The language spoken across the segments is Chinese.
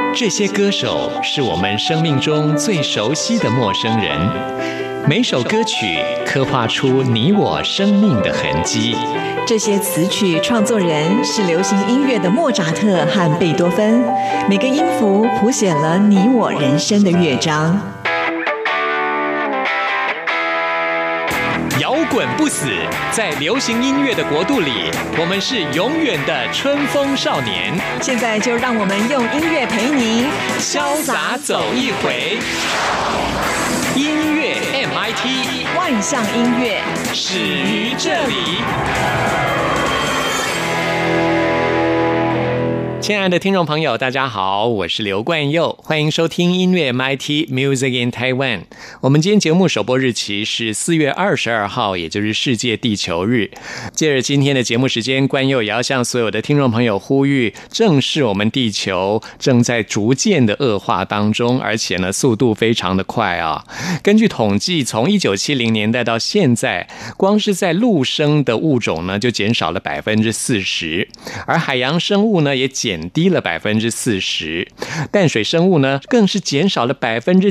这些歌手是我们生命中最熟悉的陌生人，每首歌曲刻画出你我生命的痕迹。 这些词曲创作人是流行音乐的莫扎特和贝多芬，每个音符谱写了你我人生的乐章。 摇滚不死，在流行音乐的国度里，我们是永远的春风少年。 现在就让我们用音乐陪你潇洒走一回。音乐 MIT， 万象音乐始于这里。亲爱的听众朋友，大家好，我是刘冠佑，欢迎收听音乐 MIT Music in Taiwan。我们今天节目首播日期是4月22号，也就是世界地球日。借着今天的节目时间，冠佑也要向所有的听众朋友呼吁，正是我们地球正在逐渐的恶化当中，而且呢速度非常的快啊。根据统计，从1970年代到现在，光是在陆生的物种呢就减少了 40%， 而海洋生物呢也减低了 40%， 淡水生物呢更是减少了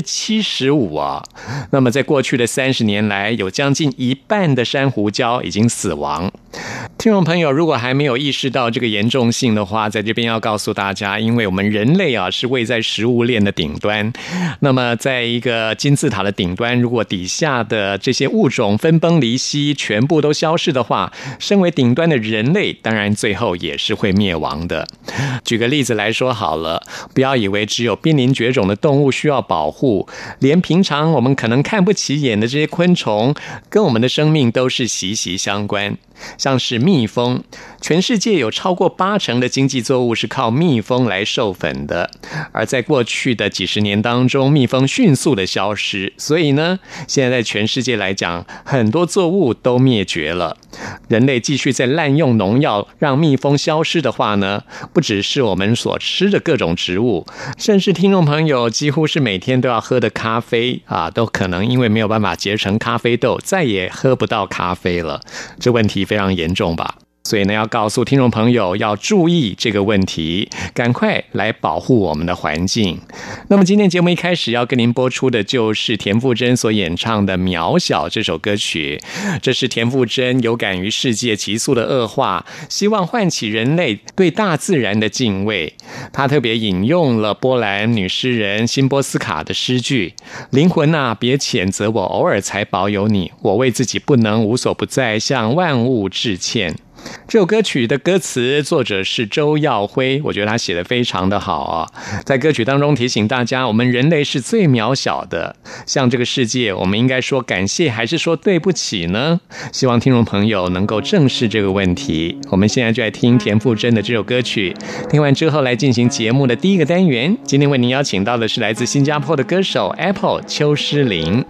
75% 啊。那么在过去的30年来，有将近一半的珊瑚礁已经死亡。听众朋友，如果还没有意识到这个严重性的话，在这边要告诉大家，因为我们人类啊是位在食物链的顶端，那么在一个金字塔的顶端，如果底下的这些物种分崩离析，全部都消失的话，身为顶端的人类当然最后也是会灭亡的。举个例子来说好了，不要以为只有濒临绝种的动物需要保护，连平常我们可能看不起眼的这些昆虫，跟我们的生命都是息息相关。像是蜜蜂，全世界有超过80%的经济作物是靠蜜蜂来授粉的，而在过去的几十年当中，蜜蜂迅速的消失，所以呢，现在在全世界来讲，很多作物都灭绝了。人类继续在滥用农药让蜜蜂消失的话呢，不只是我们所吃的各种植物，甚至听众朋友几乎是每天都要喝的咖啡啊，都可能因为没有办法结成咖啡豆，再也喝不到咖啡了。这问题非常严重吧？所以呢，要告诉听众朋友要注意这个问题，赶快来保护我们的环境。那么今天节目一开始要跟您播出的就是田馥甄所演唱的《渺小》这首歌曲。这是田馥甄有感于世界急速的恶化，希望唤起人类对大自然的敬畏。他特别引用了波兰女诗人辛波斯卡的诗句：灵魂啊，别谴责我，偶尔才保有你，我为自己不能无所不在，向万物致歉。这首歌曲的歌词作者是周耀辉，我觉得他写得非常的好啊。在歌曲当中提醒大家，我们人类是最渺小的，向这个世界我们应该说感谢还是说对不起呢？希望听众朋友能够正视这个问题。我们现在就来听田馥甄的这首歌曲，听完之后来进行节目的第一个单元。今天为您邀请到的是来自新加坡的歌手 Apple 邱诗凌。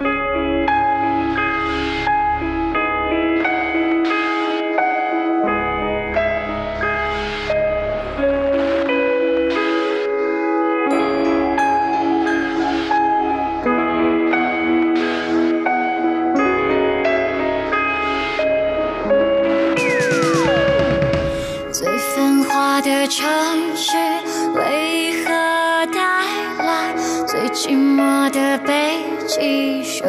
城市为何带来最寂寞的北极熊？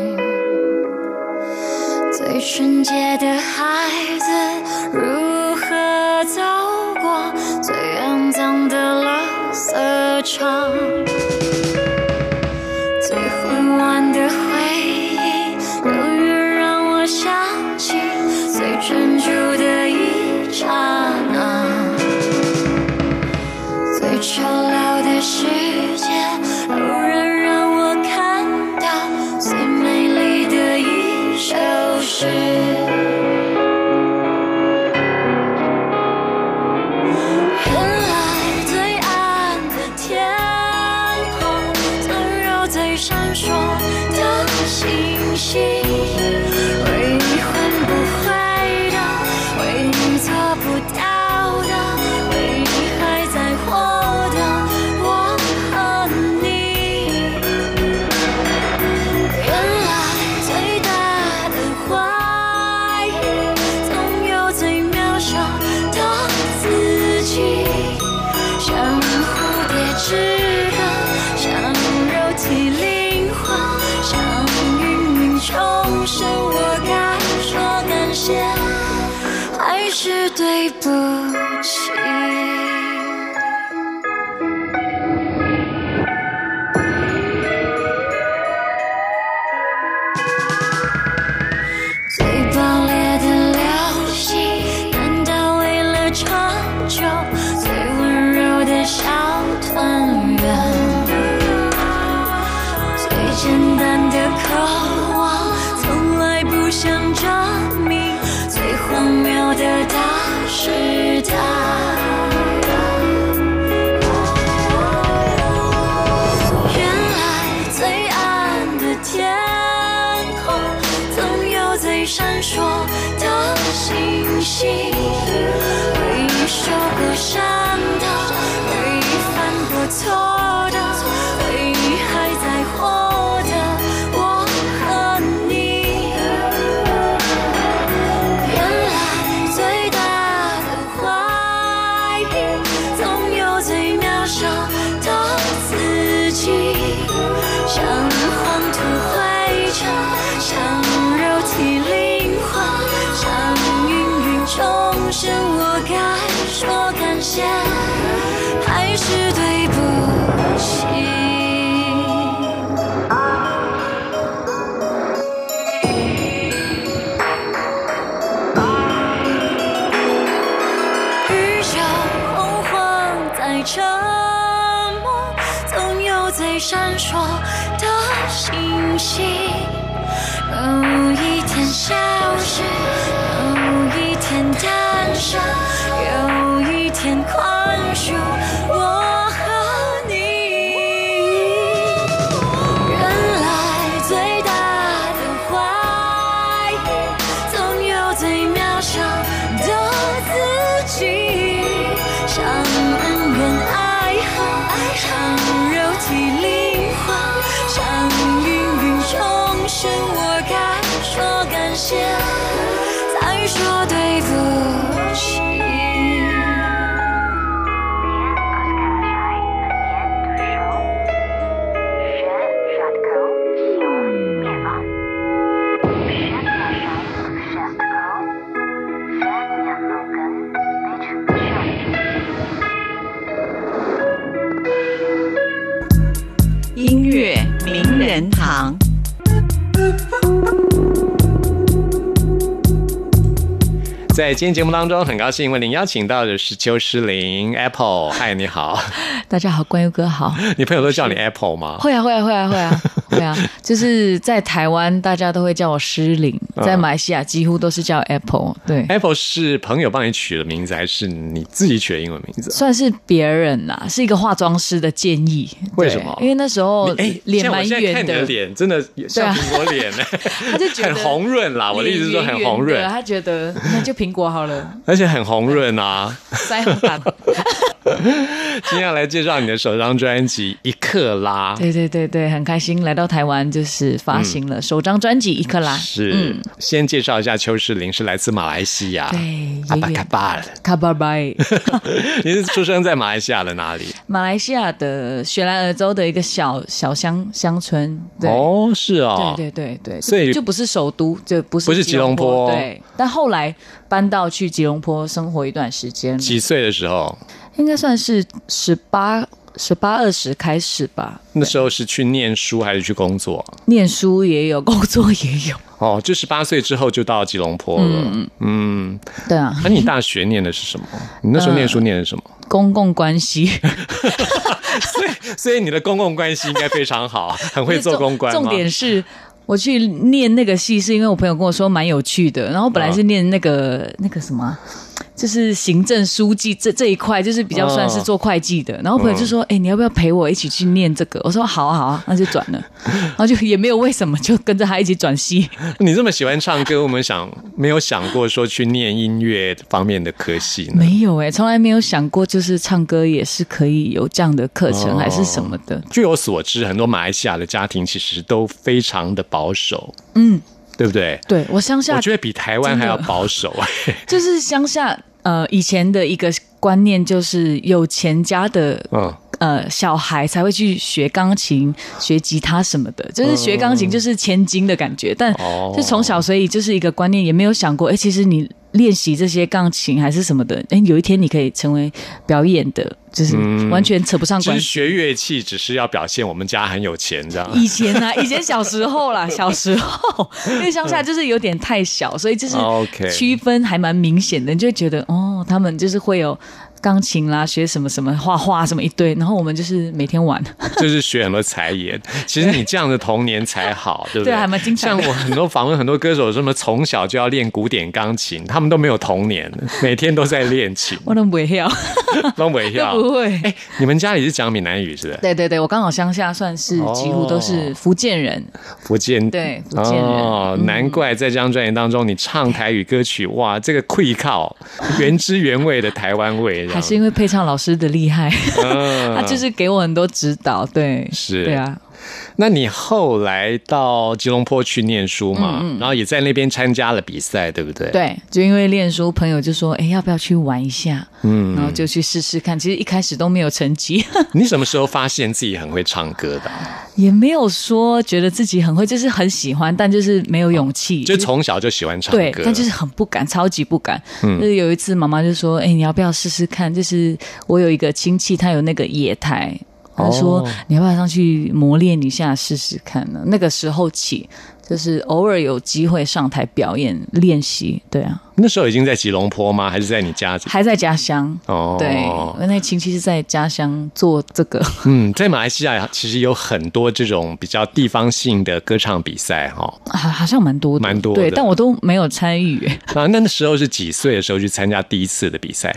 最纯洁的孩子如何走过最肮脏的垃圾场？最混乱的回忆永远让我想起最专注的一刹那。最丑陋的世界偶然让我看到最美丽的一首诗。原来最暗的天空总有最闪烁的星星，为你换不回的，为你做不到的，为你还在活像蝴蝶翅不起。最爆裂的流星，难道为了长久？最温柔的小团圆，最简单的渴望，从来不想证明。最荒谬的大时代，原来最暗的天空总有最闪烁的星星，为你受过伤的，为你犯过错的，为你还在活的我和你。原来最大的怀疑总有最渺小的自己，像黄土灰尘，像肉体灵魂，像芸芸众生，我该说感谢还是对不起？宇宙洪荒在沉默，总有最闪烁的星星，有一天消失，有一天诞生，有一天宽恕我和你。原来最大的怀疑总有最渺小的自己，像恩怨爱恨，像肉体灵魂，像芸芸众生，我该说感谢再说对不起。 音乐名人堂。 在今天节目当中，很高兴为您邀请到的是邱诗凌 Apple。嗨，你好。 大家好，冠佑哥好。 你朋友都叫你 Apple 吗？ 会啊，就是在台湾大家都会叫我诗凌，在马来西亚几乎都是叫 Apple。对 ，Apple 是朋友帮你取的名字，还是你自己取的英文名字？ 算是别人啦，是一个化妆师的建议。 为什么？ 因为那时候脸蛮圆的， 看你的脸真的像苹果脸呢， 他就觉得很红润啦。我的意思是说很红润， 他觉得那就苹果好了， 而且很红润啊， 腮红大。 今天要来介绍你的首张专辑《一克拉》。 对，很开心来到台湾，就是发行了首张专辑《一克拉》。 是，先介绍一下邱诗凌，是来自马来西亚， 对， 阿巴卡巴， 卡巴拜。 你是出生在马来西亚的哪里？ 马来西亚的雪兰莪州的一个小乡村。对哦，是哦， 对， 所以就不是首都，就不是吉隆坡。 对，但后来搬到去吉隆坡生活一段时间。 几岁的时候？ 应该算是18、20开始吧。 那时候是去念书还是去工作？ 念书也有，工作也有。 哦，就18岁之后就到吉隆坡了。 对啊。 那你大学念的是什么？你那时候念书念的是什么？ 公共关系。 所以你的公共关系应该非常好，很会做公关吗？ 重点是我去念那个系是因为我朋友跟我说蛮有趣的，然后本来是念那个什么，就是行政书记这一块，就是比较算是做会计的。然后朋友就说：“你要不要陪我一起去念这个？”我说：“好啊，那就转了。”然后就也没有为什么，就跟着他一起转系。 你这么喜欢唱歌，我们没有想过说去念音乐方面的科系呢？ 没有从来没有想过，就是唱歌也是可以有这样的课程，还是什么的。 据我所知，很多马来西亚的家庭其实都非常的保守。对不对？ 对，我乡下， 我觉得比台湾还要保守。 就是乡下，以前的一个观念就是有钱家的，小孩才会去学钢琴、学吉他什么的，就是学钢琴就是千金的感觉。但就从小，所以就是一个观念，也没有想过，其实你练习这些钢琴还是什么的，有一天你可以成为表演的，就是完全扯不上关系。 其实学乐器只是要表现我们家很有钱，这样。 以前小时候啦，小时候因为乡下就是有点太小，所以就是区分还蛮明显的，你就会觉得哦，他们就是会有钢琴啦，学什么什么画画什么一堆，然后我们就是每天玩， 就是学很多才艺。其实你这样的童年才好，对不对？ 对，还蛮精彩的。 像我很多访问很多歌手，什么从小就要练古典钢琴，他们都没有童年，每天都在练琴。 我都不会跳， 都不会跳， 不会。 你们家里是讲闽南语是的？ 对，我刚好乡下算是几乎都是福建人。 福建对，福建人。 难怪在这张专辑当中，你唱台语歌曲，哇，这个溃靠原汁原味的台湾味。 还是因为配唱老师的厉害，他就是给我很多指导。对， 是， 对啊。 那你后来到吉隆坡去念书嘛，然后也在那边参加了比赛，对不对？ 对，就因为念书，朋友就说，要不要去玩一下？然后就去试试看。其实一开始都没有成绩。 你什么时候发现自己很会唱歌的？ 也没有说觉得自己很会，就是很喜欢，但就是没有勇气。 就从小就喜欢唱歌， 对，但就是很不敢，超级不敢。就是有一次妈妈就说，你要不要试试看？就是我有一个亲戚，他有那个野台。他说：“你要不要上去磨练一下试试看呢？”那个时候起，就是偶尔有机会上台表演练习。对啊， 那时候已经在吉隆坡吗？还是在你家？ 还在家乡。对，我那亲戚是在家乡做这个。 在马来西亚其实有很多这种比较地方性的歌唱比赛好像蛮多的。对，但我都没有参与。 那时候是几岁的时候去参加第一次的比赛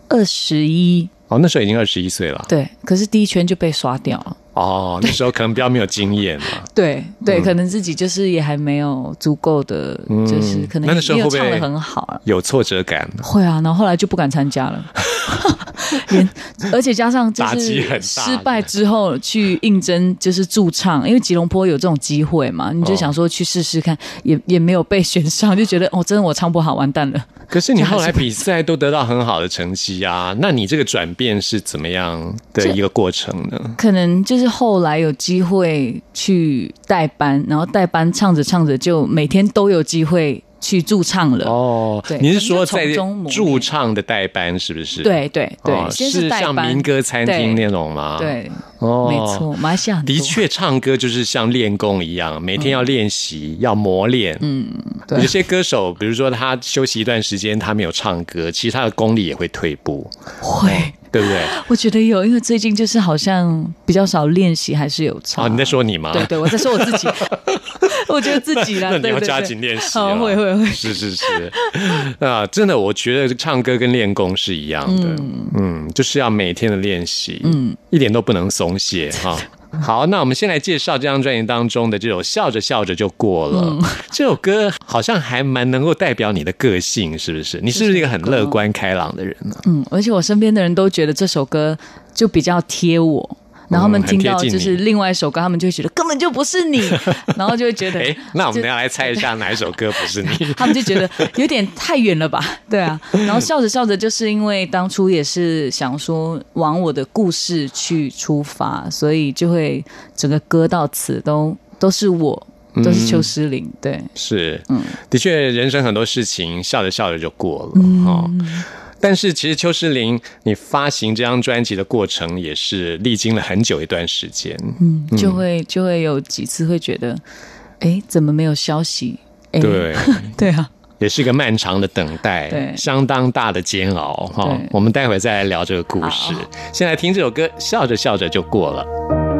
？21。 那时候已经21岁了。 对，可是第一圈就被刷掉了。 那时候可能比较没有经验嘛。 对，可能自己就是也还没有足够的，就是可能没有唱得很好， 有挫折感。 会啊，然后后来就不敢参加了。而且加上就是失败之后去应征就是驻唱，因为吉隆坡有这种机会嘛，你就想说去试试看，也没有被选上，就觉得真的我唱不好，完蛋了。 可是你后来比赛都得到很好的成绩啊，那你这个转变是怎么样的一个过程呢？ 可能就是后来有机会去代班，然后代班唱着唱着就每天都有机会去驻唱了。对， 你是说在驻唱的代班是不是？ 对，先是代班， 像民歌餐厅那种吗？ 对，没错，马来西亚很多的确唱歌就是像练功一样，每天要练习，要磨练。有些歌手比如说他休息一段时间他没有唱歌，其实他的功力也会退步。 会， 对不对？ 我觉得有，因为最近就是好像比较少练习，还是有差。 你在说你吗？ 对，我在说我自己。我觉得自己啦， 那你要加紧练习。 会。 是真的，我觉得唱歌跟练功是一样的。就是要每天的练习，一点都不能松懈哈。好，那我们先来介绍这张专辑当中的这首《笑着笑着就过了》。这首歌好像还蛮能够代表你的个性，是不是？你是不是一个很乐观开朗的人呢？ 而且我身边的人都觉得这首歌就比较贴我。然后他们听到就是另外一首歌，他们就会觉得根本就不是你，然后就会觉得那我们等一下来猜一下哪一首歌不是你。 他们就觉得有点太远了吧。对啊，然后笑着笑着就是因为当初也是想说往我的故事去出发，所以就会整个歌到词都是我，都是邱诗凌。对， 是，的确人生很多事情笑着笑着就过了。但是其实邱诗凌你发行这张专辑的过程也是历经了很久一段时间。 就会有几次会觉得怎么没有消息。 对对啊， 也是一个漫长的等待， 对， 相当大的煎熬。我们待会再来聊这个故事。先来听这首歌，笑着笑着就过了。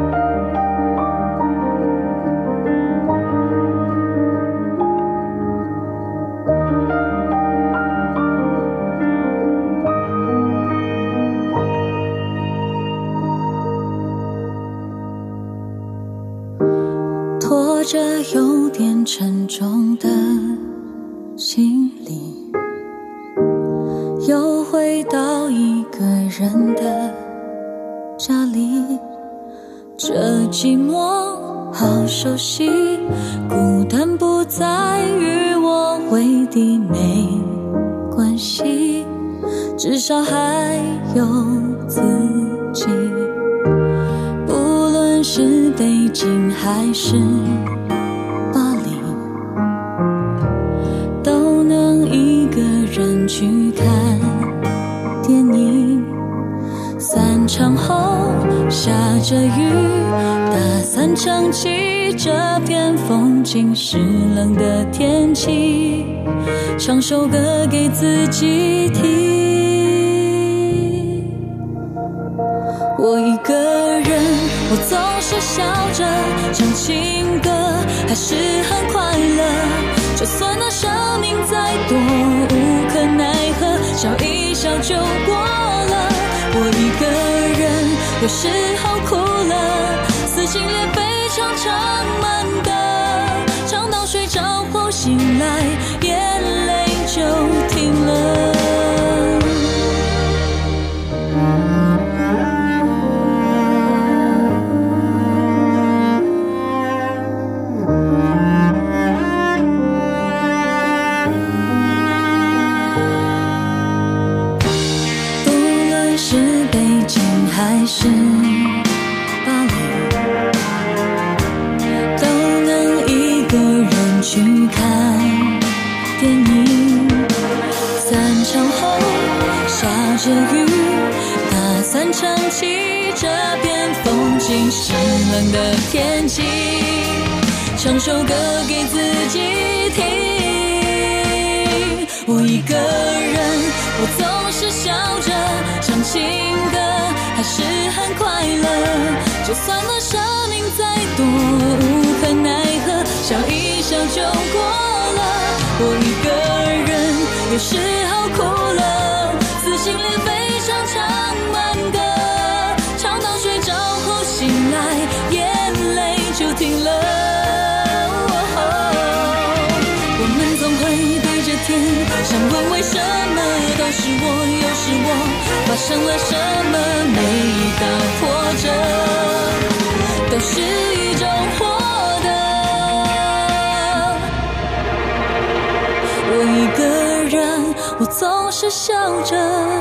拖着有点沉重的行李，又回到一个人的家里，这寂寞好熟悉，孤单不再与我为敌，没关系，至少还有自己。不论是北京还是巴黎，都能一个人影。散场后下着雨，打散撑起这片风景。湿冷的天气，唱首歌给自己听。我一个人，我总是笑着唱情歌，还是很快乐。就算那生命再多无可奈何，笑一笑就过了。我一个人，有时候哭了，撕心裂肺唱唱慢歌，唱到睡着后醒来，眼泪就停了。还是巴黎，都能一个人去看电影。散场后下着雨，打散撑起这片风景。湿冷的天气，唱首歌给自己听。我一个人，我总是笑着唱情歌，还是很快乐。就算那生命再多无可奈何，笑一笑就过了。我一个人，有时候哭了，撕心裂肺唱唱慢歌，唱到睡着后醒来，眼泪就停了。我们总会对着天想问为什么都是我，又是我，发生了什么？每一道挫折都是一种获得。我一个人，我总是笑着，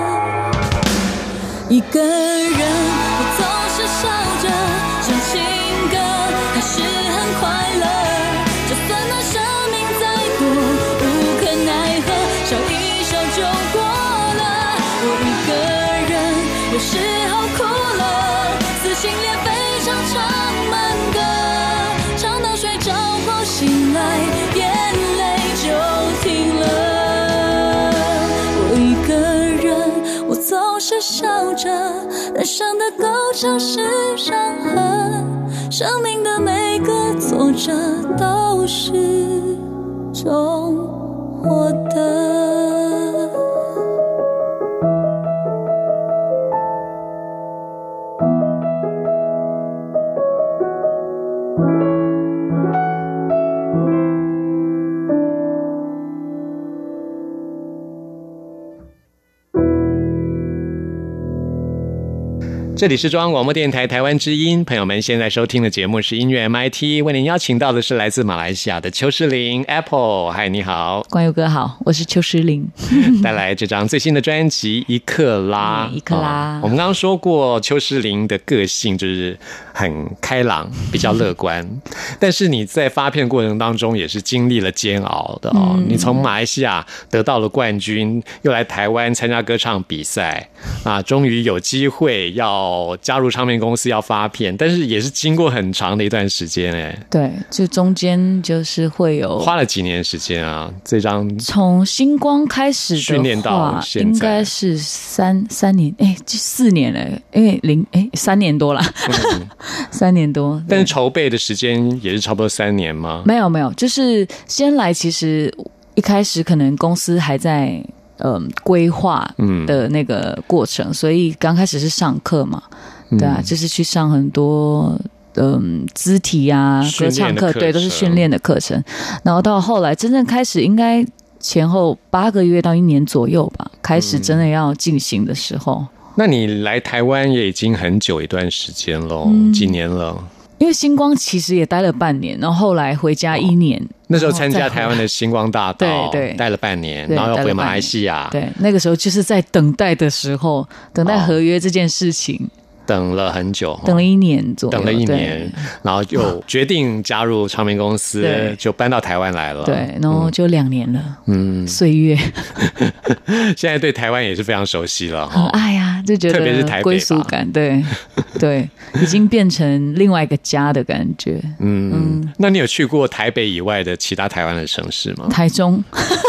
一个人，我总是笑着唱情歌，还是很快乐。就算那生命再多无可奈何，笑一笑就过了。我一个人，有时候哭了，撕心裂肺唱唱慢歌，唱到睡着后醒来，眼泪就停了。我一个人，我总是笑着，人生的构成是伤痕，生命的每个挫折都是种获得。 这里是中央广播电台台湾之音，朋友们现在收听的节目是音乐 MIT， 为您邀请到的是来自马来西亚的邱诗凌 Apple。 嗨，你好。 冠佑哥好，我是邱诗凌。 带来这张最新的专辑一克拉。 一克拉、 我们刚刚说过邱诗凌的个性就是很开朗，比较乐观但是你在发片过程当中也是经历了煎熬的哦。你从马来西亚得到了冠军，又来台湾参加歌唱比赛啊，终于有机会要加入唱片公司要发片，但是也是经过很长的一段时间哎。 对，就中间就是会有花了几年时间啊。这张从星光开始的话训练到现在应该是三年4年了，因为3年多了3年多。 但是筹备的时间也是差不多3年吗？ 没有，就是先来，其实一开始可能公司还在规划的那个过程，所以刚开始是上课嘛，对啊，就是去上很多肢体啊、歌唱课，对，都是训练的课程。然后到后来真正开始，应该前后8个月到1年左右吧，开始真的要进行的时候。 那你来台湾也已经很久一段时间了，几年了？ 因为星光其实也待了半年，然后后来回家1年。 那时候参加台湾的星光大道， 对， 待了半年，然后又回马来西亚。 对，那个时候就是在等待的时候，等待合约这件事情。 等了很久， 等了1年左右， 等了1年，然后就决定加入唱片公司，就搬到台湾来了。 对，然后就2年了，岁月。 现在对台湾也是非常熟悉了， 很爱啊，就觉特别是台北得归属感，对对，已经变成另外一个家的感觉。 那你有去过台北以外的其他台湾的城市吗？ 台中。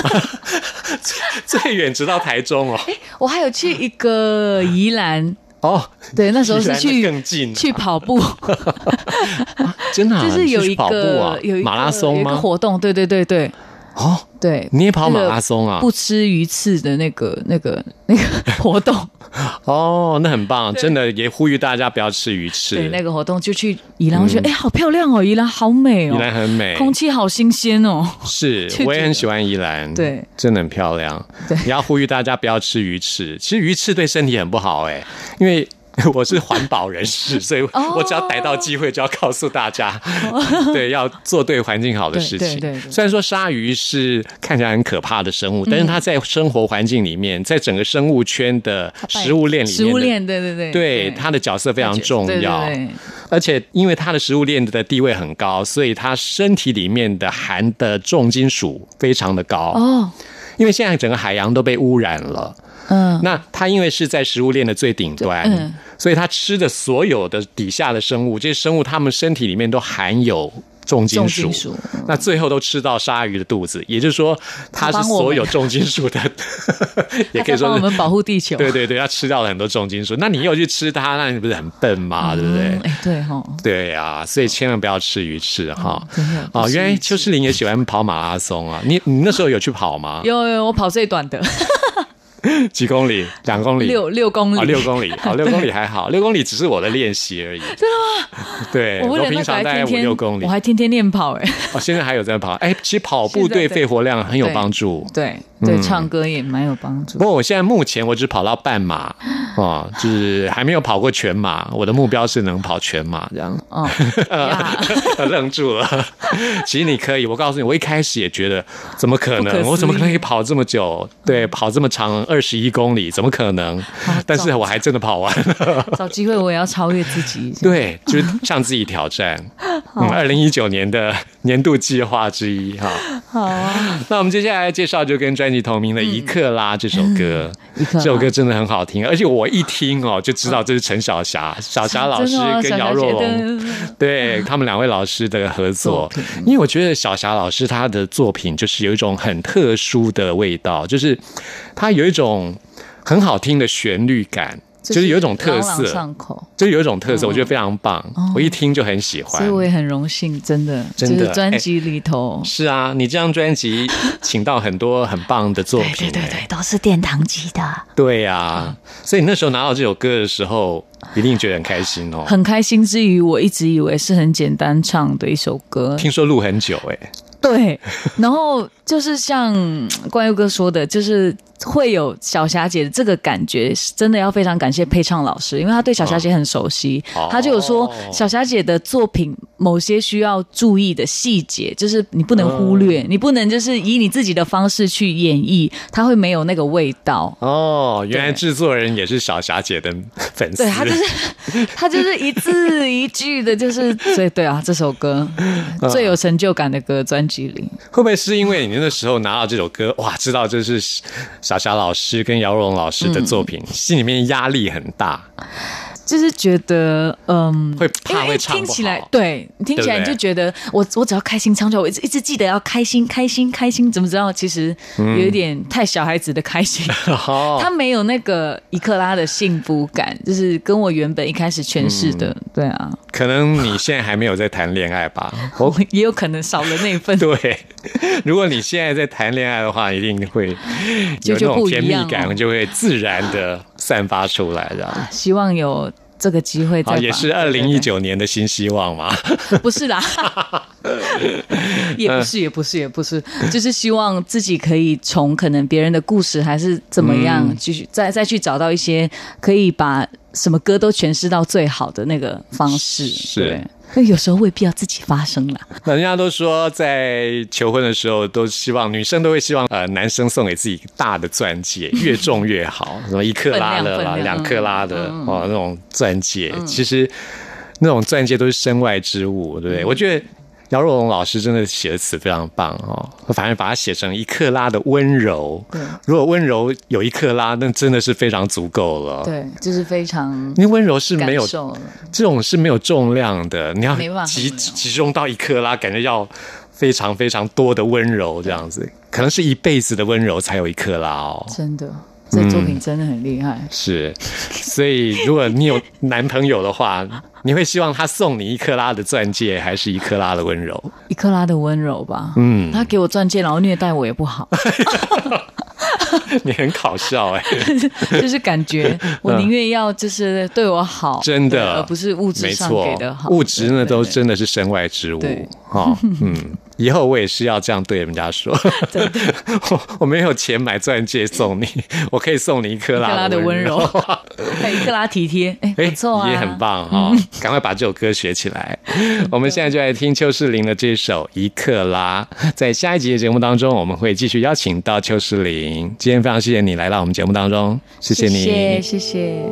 最远直到台中哦。 我还有去一个宜兰。对，那时候是去跑步。 真的就是有一个马拉松吗？ 有一个活动，对。对， 你也跑马拉松啊？ 不吃鱼刺的那个活动。 那很棒，真的也呼吁大家不要吃鱼刺。 对，那个活动就去宜兰，我觉得好漂亮哦，宜兰好美哦， 宜兰很美， 空气好新鲜哦。 是，我也很喜欢宜兰， 对， 真的很漂亮。对，也要呼吁大家不要吃鱼刺，其实鱼刺对身体很不好因为我是环保人士，所以我只要逮到机会就要告诉大家，对，要做对环境好的事情。对，虽然说鲨鱼是看起来很可怕的生物，但是它在生活环境里面，在整个生物圈的食物链里面，对它的角色非常重要。而且因为它的食物链的地位很高，所以它身体里面的含的重金属非常的高。因为现在整个海洋都被污染了。那它因为是在食物链的最顶端，所以它吃的所有的底下的生物，这些生物它们身体里面都含有重金属，那最后都吃到鲨鱼的肚子，也就是说它是所有重金属的也可以说是帮我们保护地球。 对，它吃到了很多重金属，那你又去吃它，那你不是很笨吗？对不对？ 对对啊，所以千万不要吃鱼翅哈。原来邱诗凌也喜欢跑马拉松啊，你那时候有去跑吗？ 有，我跑最短的。 几公里？2公里 ？6公里。 6公里，6公里还好，6公里只是我的练习而已。真的吗？ 对，我平常大概5-6公里， 我还天天练跑现在还有在跑。其实跑步对肺活量很有帮助。 对，唱歌也蛮有帮助。 不过我现在目前我只跑到半马就是还没有跑过全马。我的目标是能跑全马这样。愣住了。其实你可以，我告诉你，我一开始也觉得怎么可能？我怎么可以跑这么久？对，跑这么长21公里，怎么可能？但是我还真的跑完了。 找机会我也要超越自己。 对，就是向自己挑战。2019年的年度计划之一哈。好啊。那我们接下来介绍就跟专辑同名的《一克拉》这首歌。这首歌真的很好听，而且我一听就知道这是陈小霞老师跟姚若龙，对他们2位老师的合作。因为我觉得小霞老师她的作品就是有一种很特殊的味道，就是她有一种很好听的旋律感，就是有一种特色， 上口， 就是有一种特色，我觉得非常棒。我一听就很喜欢， 所以我也很荣幸，真的，就是专辑里头。 是啊，你这张专辑请到很多很棒的作品， 对，都是殿堂级的。 对啊，所以你那时候拿到这首歌的时候，一定觉得很开心哦。 很开心之余，我一直以为是很简单唱的一首歌， 听说录很久对，然后就是像冠佑哥说的，就是会有小霞姐的这个感觉，真的要非常感谢配唱老师，因为他对小霞姐很熟悉，他就有说小霞姐的作品某些需要注意的细节，就是你不能忽略，你不能就是以你自己的方式去演绎，他会没有那个味道。 原来制作人也是小霞姐的粉丝。 对，他就是一字一句的，就是所以对啊，这首歌最有成就感的歌，专辑里会不会是因为你那时候拿到这首歌，哇，知道这是小霞老师跟姚若龙老师的作品，心里面压力很大， 就是觉得会怕会唱不好，听起来对，听起来你就觉得我只要开心唱出来，我一直记得要开心，怎么知道其实有一点太小孩子的开心，他没有那个一克拉的幸福感，就是跟我原本一开始诠释的，对啊， 可能你现在还没有在谈恋爱吧， 也有可能少了那一份。 对，如果你现在在谈恋爱的话，一定会有那种甜蜜感，就会自然的散发出来的。 希望有这个机会再也是2019年的新希望嘛？ 不是啦，也不是，就是希望自己可以从可能别人的故事还是怎么样，继续再去找到一些可以把什么歌都诠释到最好的那个方式。 是。 那有时候未必要自己发生啦。 那人家都说，在求婚的时候，都希望女生都会希望男生送给自己大的钻戒，越重越好，什么1克拉的啦、2克拉的那种钻戒，其实那种钻戒都是身外之物，对不对？我觉得姚若龙老师真的写的词非常棒哦，反而把它写成1克拉的温柔。对，如果温柔有1克拉，那真的是非常足够了。 对，就是非常， 因为温柔是没有这种是没有重量的，你要集中到1克拉，感觉要非常非常多的温柔，这样子，可能是一辈子的温柔才有1克拉哦。 真的。这作品真的很厉害， 是，所以如果你有男朋友的话，你会希望他送你1克拉的钻戒，还是1克拉的温柔 ？1克拉的温柔吧。他给我钻戒，然后虐待我也不好。 你很搞笑就是感觉我宁愿要就是对我好， 真的， 而不是物质上给的好。 物质呢都真的是身外之物。以后我也是要这样对人家说。真的，我没有钱买钻戒送你，我可以送你1克拉的温柔， 还有1克拉体贴，不错啊， 也很棒哈！赶快把这首歌学起来。我们现在就来听邱世林的这首1克拉。在下一集的节目当中，我们会继续邀请到邱世林。今天非常谢谢你来到我们节目当中，谢谢你， 谢谢。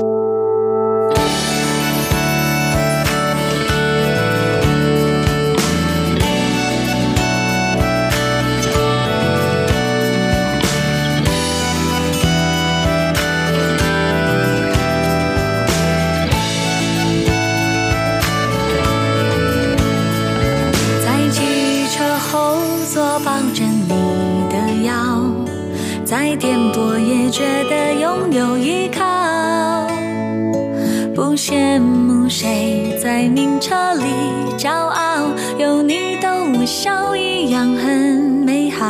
再颠簸也觉得拥有依靠，不羡慕谁在名车里骄傲，有你逗我笑一样很美好。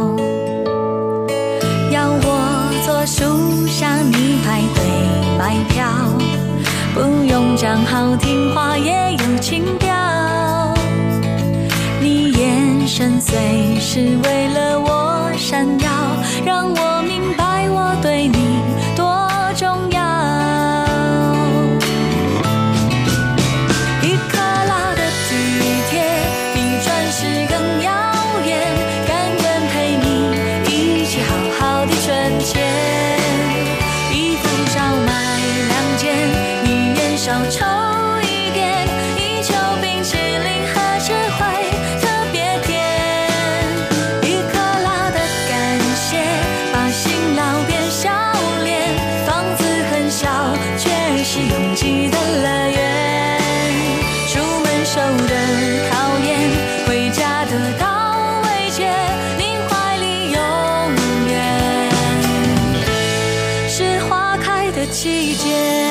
要我坐树下你排队买票，不用讲好听话也有情调，你眼神随是为了我闪耀，让我明白我对你多重要。1克拉的体贴比钻石更耀眼，甘愿陪你一起好好的存钱，衣服少买2件，你烟少抽一点，以求冰淇淋和智慧特别甜。1克拉的感谢把辛劳变笑脸，房子很小却是拥挤的乐园，出门受的考验，回家得到慰藉，你怀里永远是花开的季节。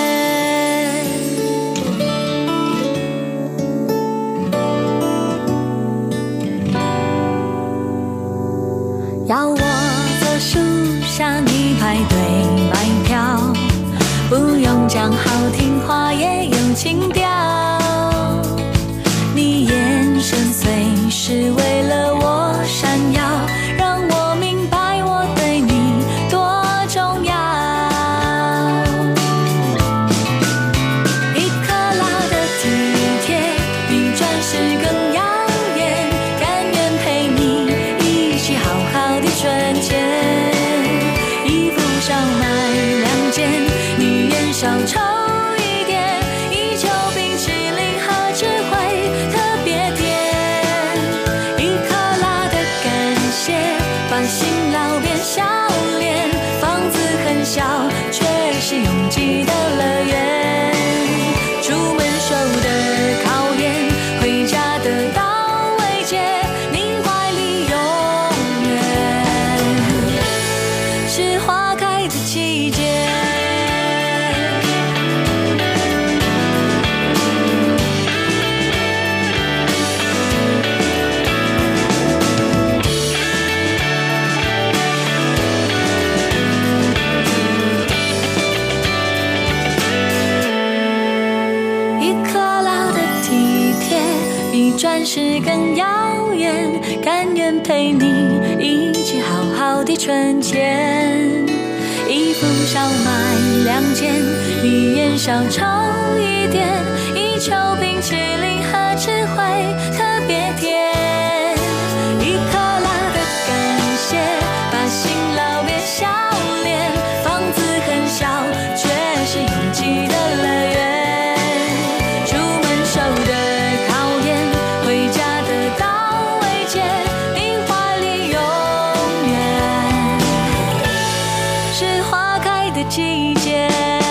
要我坐树下你排队买票，不用讲好听话也有情调，你眼神随是为了我闪耀，让我明白我对你多重要。1克拉的体贴比钻石更耀眼，甘愿陪你一起好好的存钱，衣服少买2件，你烟少抽一点，以求冰淇淋和智慧特别甜。1克拉的感谢把辛劳变笑脸，房子很小却是拥挤的乐园，出门受的考验，回家得到慰藉，你怀里永远是花开的季节。1克拉的体贴比钻石更耀眼，甘愿陪你一起好好的存钱，衣服少买2件，你烟少抽一点，以地球冰淇淋和智慧特别甜，一克拉的感谢，把辛劳变笑脸，房子很小，却是勇气的来源。出门受的考验，回家得到慰藉，你怀里永远是花开的季节。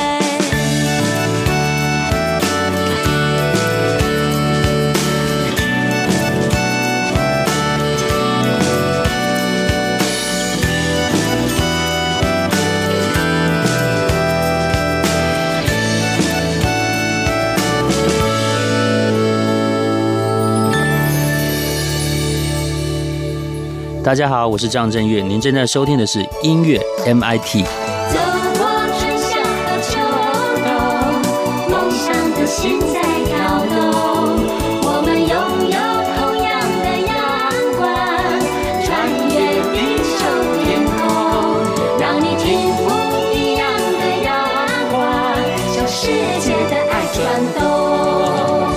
大家好，我是张震岳，您正在收听的是音乐 MIT。 走过春夏和秋冬，梦想的心在跳动。我们拥有同样的阳光，穿越地球天空，让你听不一样的阳光，向世界的爱转动。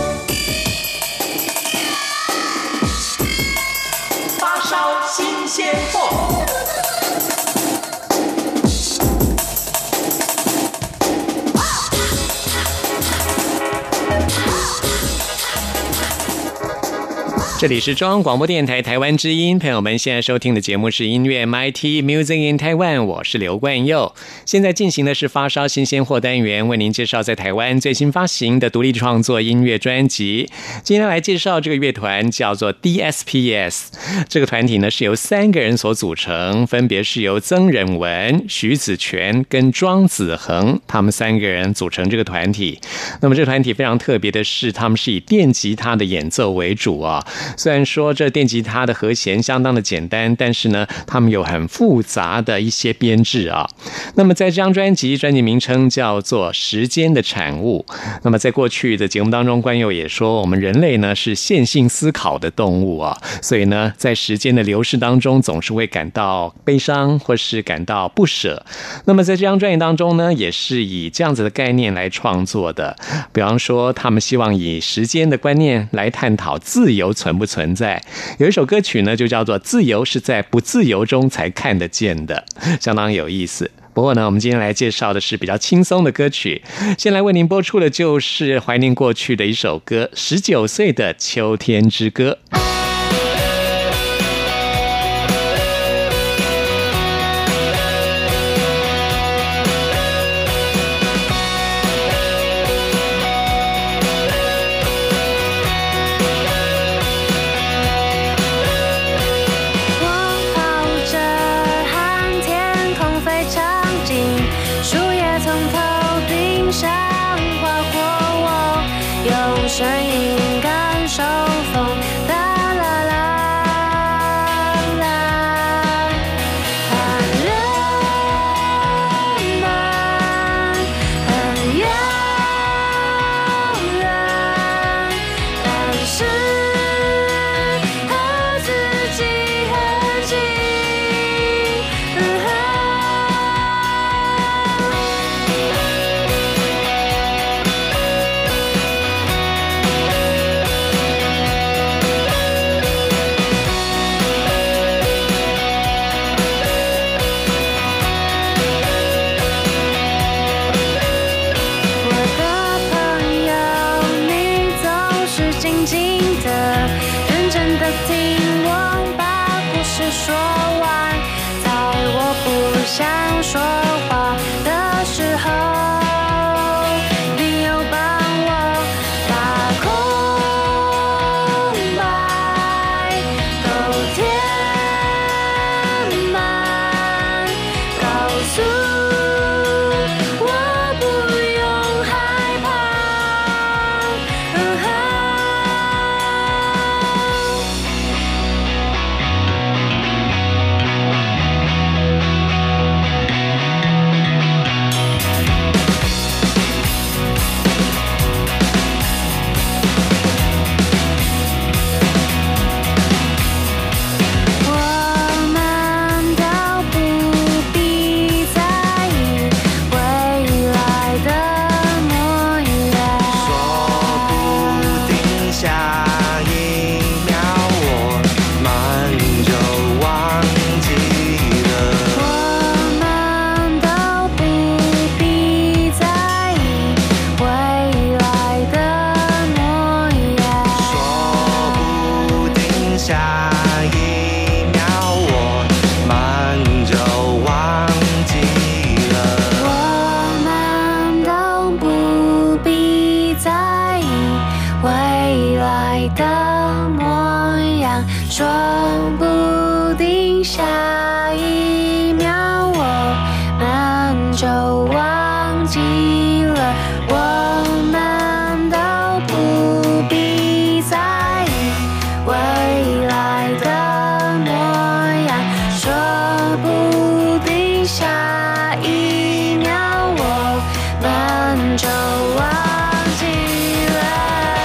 发烧新鲜货。这里是中央广播电台台湾之音，朋友们现在收听的节目是音乐 MIT Music in Taiwan， 我是刘冠佑。现在进行的是发烧新鲜货单元，为您介绍在台湾最新发行的独立创作音乐专辑。今天来介绍这个乐团叫做 DSPS， 这个团体呢是由3个人所组成，分别是由曾忍文、徐子泉跟庄子恒，他们3个人组成这个团体。那么这个团体非常特别的是，他们是以电吉他的演奏为主啊。虽然说这电吉他的和弦相当的简单，但是呢，他们有很复杂的一些编制啊。那么在这张专辑名称叫做《时间的产物》。那么在过去的节目当中，冠佑也说，我们人类呢是线性思考的动物啊，所以呢，在时间的流逝当中，总是会感到悲伤或是感到不舍。那么在这张专辑当中呢，也是以这样子的概念来创作的。比方说，他们希望以时间的观念来探讨自由存不存在。有一首歌曲呢，就叫做《自由是在不自由中才看得见的》，相当有意思。不过呢，我们今天来介绍的是比较轻松的歌曲。先来为您播出的就是怀念过去的一首歌，《19岁的秋天之歌》。 声音感受风，啦啦啦啦，看人们很遥远，但是和自己很近。说完，在我不想说话的时候，你又帮我把空白都填满，告诉我不用害怕。 说不定下一秒我们就忘记了，我们都不必在意未来的模样，说不定下一秒我们就忘记了。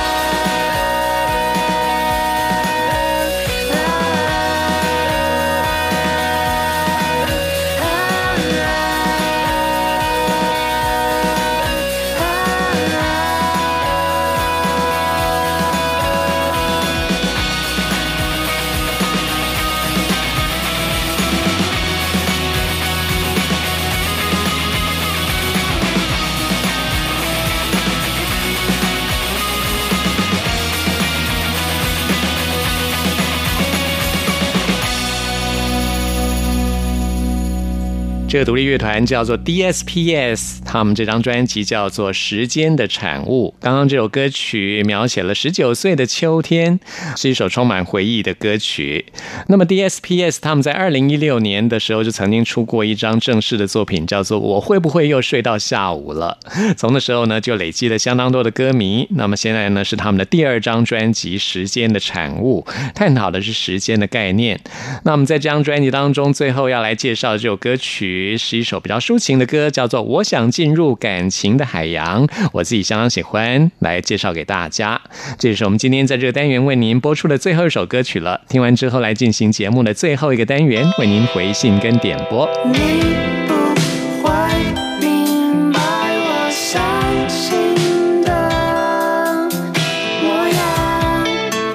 这个独立乐团叫做 DSPS， 他们这张专辑叫做《时间的产物》。刚刚这首歌曲描写了19岁的秋天，是一首充满回忆的歌曲。那么 DSPS 他们在2016年的时候就曾经出过一张正式的作品，叫做《我会不会又睡到下午了》。从那时候呢，就累积了相当多的歌迷。那么现在呢，是他们的第2张专辑《时间的产物》，探讨的是时间的概念。那我们在这张专辑当中，最后要来介绍的这首歌曲是一首比较抒情的歌，叫做《我想进入感情的海洋》，我自己相当喜欢，来介绍给大家。这也是我们今天在这个单元为您播出的最后一首歌曲了。听完之后，来进行节目的最后一个单元，为您回信跟点播。 你不会明白我伤心的模样，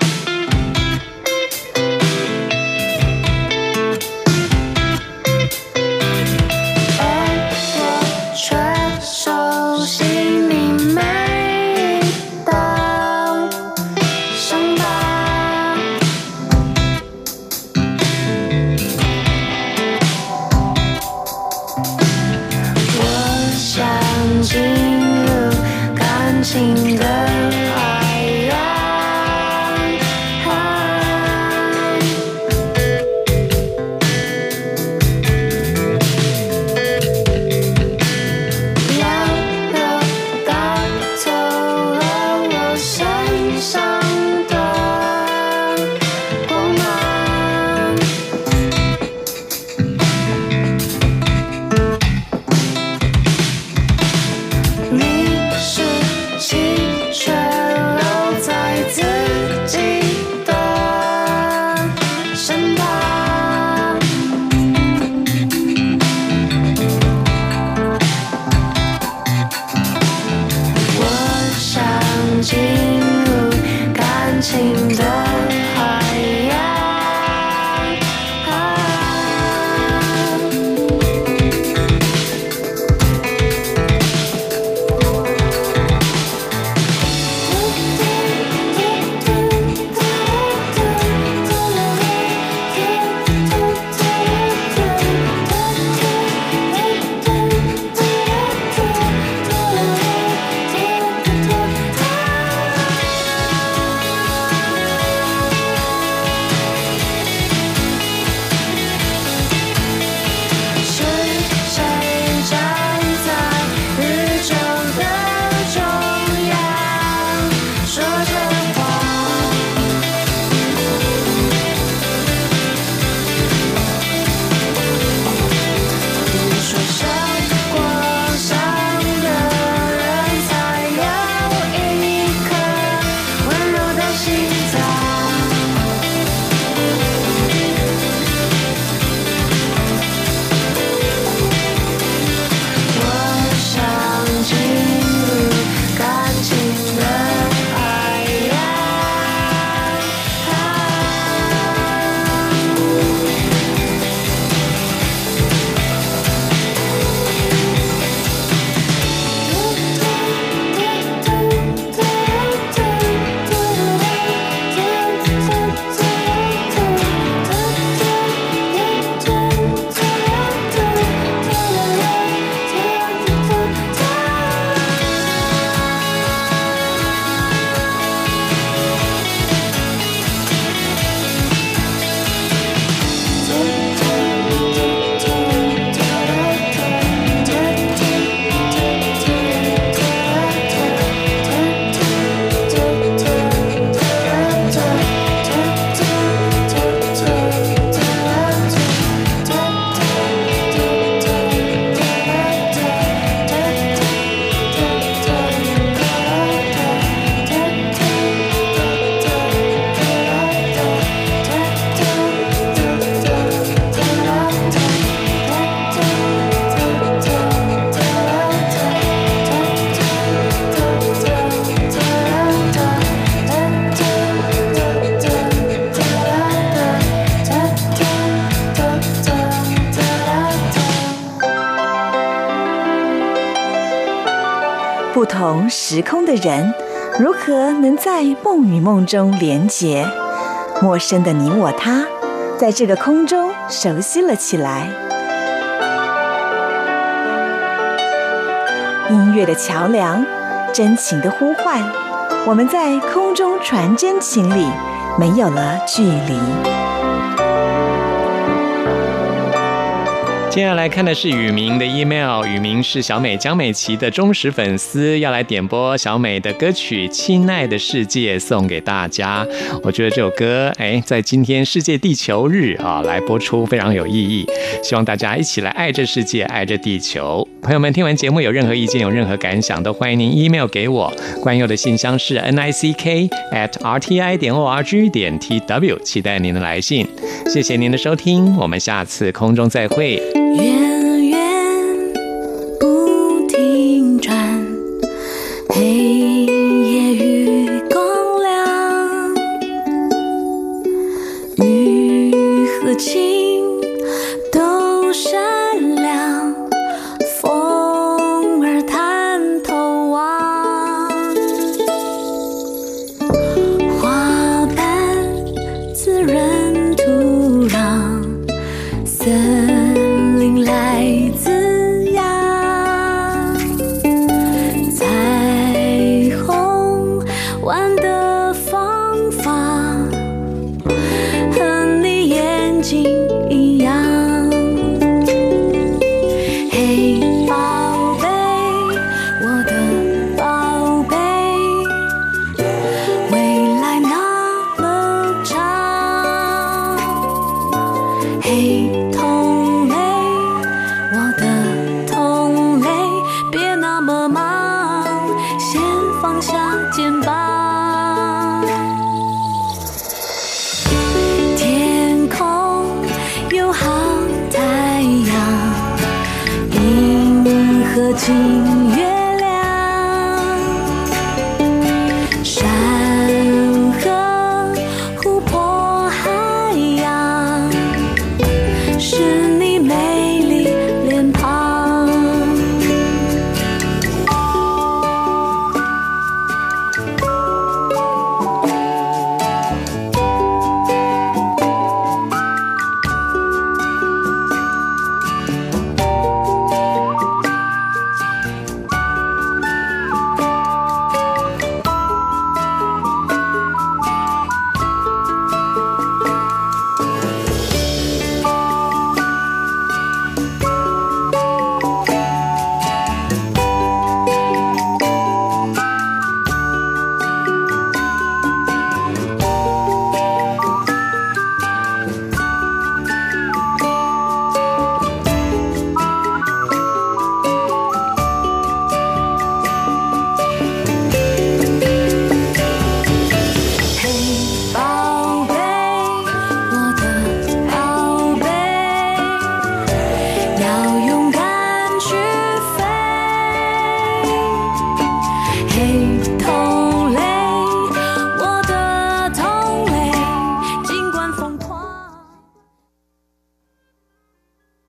而我却熟悉你每一道伤疤。 不同时空的人如何能在梦与梦中连结？陌生的你我他，在这个空中熟悉了起来。音乐的桥梁，真情的呼唤，我们在空中传真情里，没有了距离。 接下来看的是宇明的 email， 宇明是小美江美琪的忠实粉丝，要来点播小美的歌曲《亲爱的世界》送给大家。我觉得这首歌在今天世界地球日来播出非常有意义，希望大家一起来爱这世界，爱这地球。朋友们听完节目有任何意见，有任何感想，都欢迎您 email 给我。冠佑的信箱是 nick@rti.org.tw， 期待您的来信。谢谢您的收听，我们下次空中再会。 源源不停转，黑夜与光亮，雨和晴都闪亮，风儿探头望，花瓣滋润土壤，森林来滋养，彩虹玩的方法和你眼睛一样。嘿，宝贝，我的宝贝，未来那么长。嘿，同类，我的同类，别那么忙，先放下肩膀。天空有好太阳，银河清月